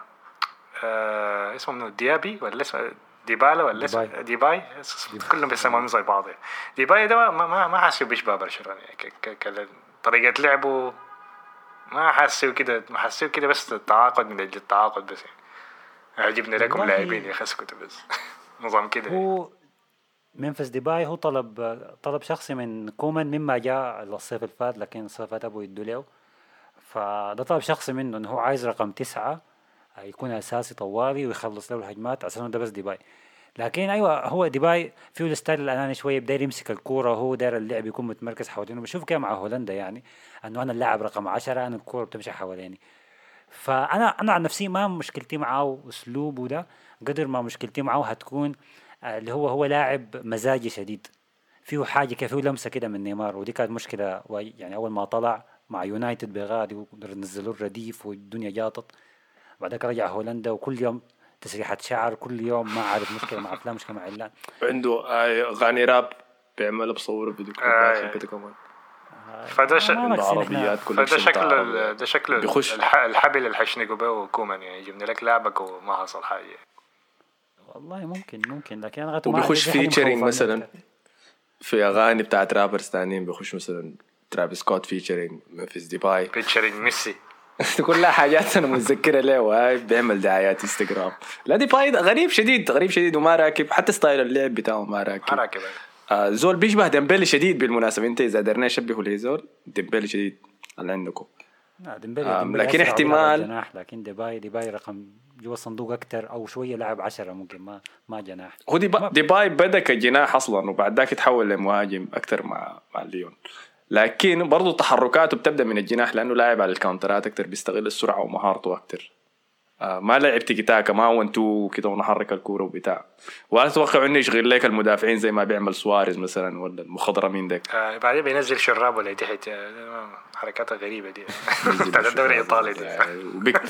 آه اسمه منو ديابي ولا اسمه ديبالا ولا اسمه ديباي كلهم بيسمونهم زي بعض. ديباي ده ما ما ما حاسه بيشبه برشلونة يعني طريقة لعبه ما حاسه كده، ما حاسه كده بس التعاقد من أجل التعاقد بس يعني عجبني لكم لاعبين يخسكوا بس نظام كده. هو منفس ديباي هو طلب طلب شخصي من كومان مما جاء الصيف الفات، لكن الصيف أبو يدوا له، فده طلب شخصي منه إنه هو عايز رقم تسعة يكون أساسي طوالي ويخلص له الهجمات عشان ده بس ديباي. لكن أيوة هو ديباي فيه الستايل الأناني شوية، بداير يمسك الكورة وهو داير اللعب يكون متمركز حوالينه. بشوف كده مع هولندا يعني إنه أنا اللاعب رقم عشرة، أنا الكورة بتمشي حواليني. فأنا أنا عن نفسي ما مشكلتي معه أسلوبه ده قدر ما مشكلتي معه هتكون اللي هو هو لاعب مزاجي شديد، فيه حاجة كده، فيه لمسة كده من نيمار، ودي كانت مشكلة يعني أول ما طلع مع يونايتد بغادي وقدر نزلوا الرديف والدنيا جاطت. بعدك رجع هولندا وكل يوم تسريحة شعر، كل يوم ما عارف مشكلة مع فلان مشكلة مع علان. عنده غني راب بيعمل بصور فيديو كده كمان. فده شكل العربيات كلها فده شكل ده شكل الحبل اللي حيشنقوا به كومان يعني جبنا لك لعبك وما حصل حاجة. والله ممكن ممكن لكن أنا وبيخش فيتشرينج مثلا في أغاني بتاعت رابرز تانيين، بيخش مثلا ترافيس سكوت فيتشرينج ممفيس ديباي فيتشرينج ميسي كلها حاجات أنا متذكرة له، وهاي بيعمل دعايات انستغرام. لا ديباي غريب شديد غريب شديد وما راكب حتى ستايل اللعب بتاعه ما راكب ما راكب آه زول بيشبه ديمبلي شديد بالمناسبة. انت إذا قدرنا نشبهه ليه زول ديمبلي شديد اللي عندكم لا ديمبلي, آه ديمبلي لكن احتمال جناح، لكن ديباي ديباي رقم جوا الصندوق أكتر أو شوية لاعب عشرة ممكن ما ما جناح. هو ديباي, ديباي بدأ كجناح أصلا وبعد ذاك يتحول لمهاجم أكتر مع مع ليون، لكن برضو تحركاته بتبدأ من الجناح لأنه لاعب على الكاونترات أكتر، بيستغل السرعة ومهارته أكتر. آه ما لعب تيكي تاكا ما هو انتو كده ونحرك الكورة وبتاع، ولا تتوقع انه يشغل لك المدافعين زي ما بيعمل سواريز مثلا ولا المخضرمين داك. آه بعدين بينزل شراب ولا تحت حركات غريبة دي بتاعت الدوري الإيطالي دي يعني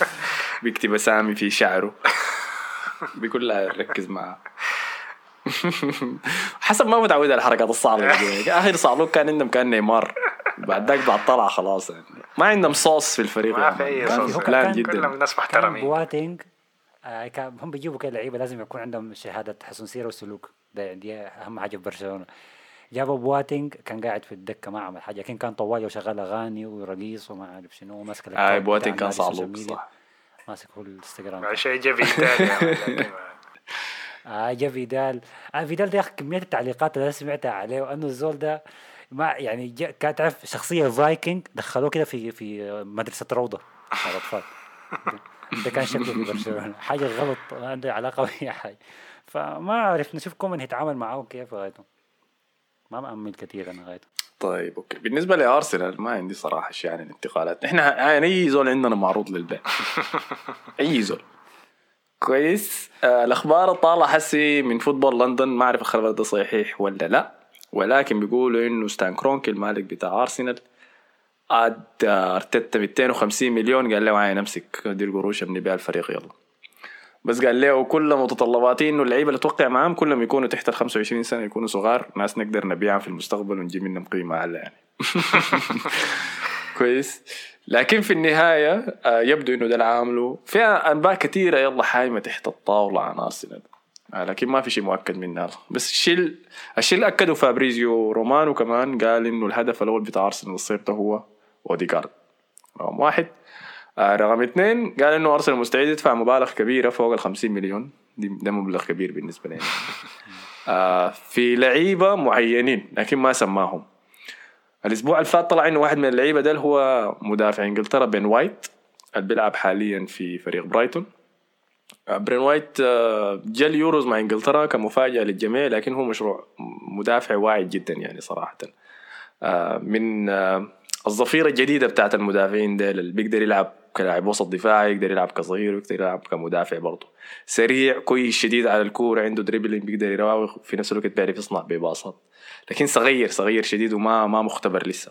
بيكتب اسامي في شعره بيقول لا ركز معه حسب ما متعود على الحركات الصعبة دي. آخر صعلوك كان عندهم كان نيمار، بعد ذاك بعد طلع خلاص يعني ما عندهم صوص في الفريق ما في أي صوص كلام جدا. كلهم ناس محترمين. بواتينج آه هم بيجيبوا كده لعيبة لازم يكون عندهم شهادة حسن سيرة وسلوك، ده دي أهم حاجة في برشلونة. جابوا بواتينج كان قاعد في الدكة ما عمل حاجة، لكن كان طوال وشغال أغاني ورقيص وما عارف شنو وماسك آه بواتينج كان صعلوك صح ماسك هو الانستغرام عشان جا فيدال آه جا فيدال آه فيدال ده كمية التعليقات اللي سمعتها عليه وأنه الزول ده ما يعني كانت تعرف شخصية فايكنج دخلوه كده في في مدرسة روضة على الأطفال ده كان شكله في برشلونة حاجة غلط عنده علاقة بأي حاجة. فما عرفنا نشوف كومن يتعامل معه كيف غايته، ما مأمل كثير أنا غايته. طيب أوكي بالنسبة لأرسنال ما عندي صراحة شيء عن الانتقالات. إحنا يعني أي زول عندنا معروض للبيع أي زول كويس. آه الأخبار الطالعة حسي من فوتبول لندن ما أعرف الخبر ده صحيح ولا لا، ولكن بيقولوا إنه ستان كرونكي المالك بتاع أرسنال عاد ارتدت مئتين وخمسين مليون قال له معايا نمسك دي القروش ابني بيها الفريق يلا، بس قال له كل متطلباتي إنه اللعيبة اللي توقع معهم كلهم يكونوا تحت الخمسة وعشرين سنة، يكونوا صغار ناس نقدر نبيعهم في المستقبل ونجيب منهم قيمة أعلى يعني كويس. لكن في النهاية يبدو إنه ده العامله في أنباء كثيرة يلا حايمة تحت الطاولة عن أرسنال، لكن ما في شيء مؤكد منها. بس الشيء الشيء اللي أكده فابريزيو رومانو كمان قال إنه الهدف الأول بتاع أرسنال الصيف ده هو أوديغارد رقم واحد. آه رقم اثنين قال انه ارسنال مستعد يدفع مبالغ كبيره فوق ال خمسين مليون، دي ده مبلغ كبير بالنسبه لنا آه في لعيبه معينين لكن ما سماهم. الاسبوع اللي فات طلع انه واحد من اللعيبه ده هو مدافع انجلترا بين وايت اللي بيلعب حاليا في فريق برايتون. برين وايت جا اليوروز مع انجلترا كمفاجأة للجميع، لكن هو مشروع مدافع واعد جدا يعني صراحة. من الظفيرة الجديدة بتاعت المدافعين ده اللي بيقدر يلعب كلاعب وسط دفاعي، يقدر يلعب كظهير، ويقدر يلعب كمدافع برضه. سريع كويس شديد على الكورة، عنده دريبلينج بيقدر يراوغ في نفس الوقت بيعرف يصنع بباصات، لكن صغير صغير شديد وما ما مختبر لسه.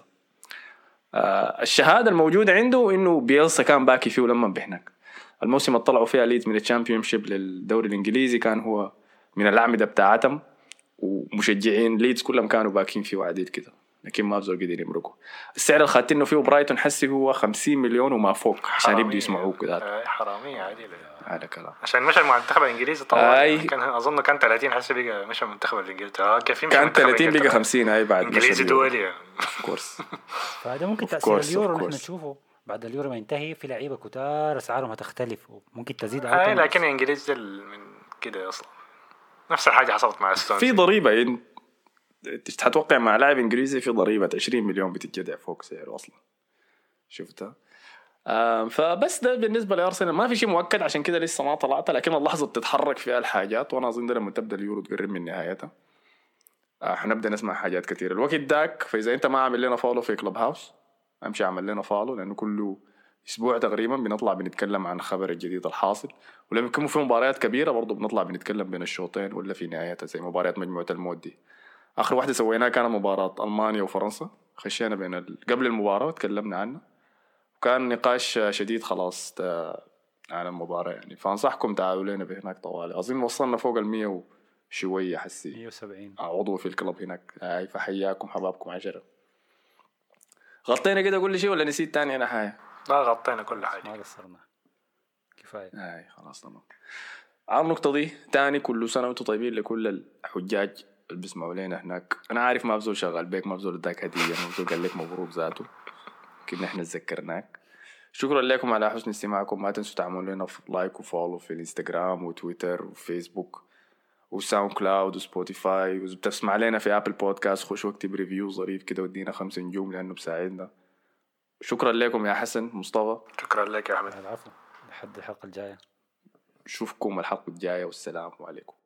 الشهادة الموجودة عنده انه بيلسا كان باكي فيه لما بهناك. الموسم اللي طلعوا فيها ليدز من الشامبيونشيب للدوري الانجليزي كان هو من الاعمده بتاعتهم، ومشجعين ليدز كلهم كانوا باكين فيه وعديد كده، لكن ما بزول قدر يمرقوا. السعر اللي خاتينه فيه برايتون حسي هو خمسين مليون وما فوق عشان يبدوا يسمعوه كده. حرامية عادي هذا كلام عشان مش المنتخب الانجليزي طبعا أي... كان اظن كان ثلاثين حسي بقى مش المنتخب الانجليزي اه كيف كان ثلاثين بقى خمسين اي بعد انجليزي دولي اوف كورس. فهذا ممكن تاثير اليورو نحن نشوفه بعد اليورو ما ينتهي في لعيبه كتار اسعارهم هتختلف وممكن تزيد او آه لكن الانجليزي من كده اصلا نفس الحاجه حصلت مع استون في ضريبه انت تتوقع مع لاعب انجليزي في ضريبه عشرين مليون بتتجدع فوق سعره اصلا شفتها. آه فبس ده بالنسبه لارسنال ما في شيء مؤكد عشان كده لسه ما طلعت، لكن اللحظه تتحرك فيها الحاجات، وانا اظن لما تبدا اليورو تقرب من نهايتها آه حنبدا نسمع حاجات كثيره الوقت داك. فاذا انت ما عامل لنا فولو في كلوب هاوس امشي اعمل لنا فولو، لانه كله اسبوع تقريبا بنطلع بنتكلم عن خبر الجديد الحاصل، ولما يكون في مباريات كبيره برضو بنطلع بنتكلم بين الشوطين ولا في نهايتها زي مباريات مجموعه الموت دي. اخر واحده سويناها كانت مباراه المانيا وفرنسا، خشينا بين ال... قبل المباراه تكلمنا عنها وكان نقاش شديد خلاص عن المباراه يعني. فانصحكم تعالوا لنا بهناك طوالي، اظن وصلنا فوق المية وشويه حسي مية وسبعين عضو في الكلب هناك. هاي فحياكم حبابكم عشرة. غطينا كده كل شيء ولا نسيت تاني انا حاجه؟ لا غطينا كل حاجه ما قصرنا كفايه. هاي خلاص تمام. على النقطه دي تاني كل سنه وانتم طيبين لكل الحجاج اللي بيسمعوا لنا هناك. انا عارف ما بزول شغال بيك، ما بزول اداك هديه، ما بزول قال لك مبروك ذاته، كنا احنا تذكرناك. شكرا لكم على حسن استماعكم. ما تنسوا تعملوا لنا لايك وفولو في الانستغرام وتويتر وفيسبوك وساوند كلاود وسبوتيفاي، وإذا بتسمع لنا في ابل بودكاست خش واكتب ريفيو ظريف كده ودينا خمس نجوم لانه بساعدنا. شكرا لكم يا حسن مصطفى. شكرا لك يا احمد. العفو، لحد الحلقه الجايه. نشوفكم الحلقه الجايه والسلام عليكم.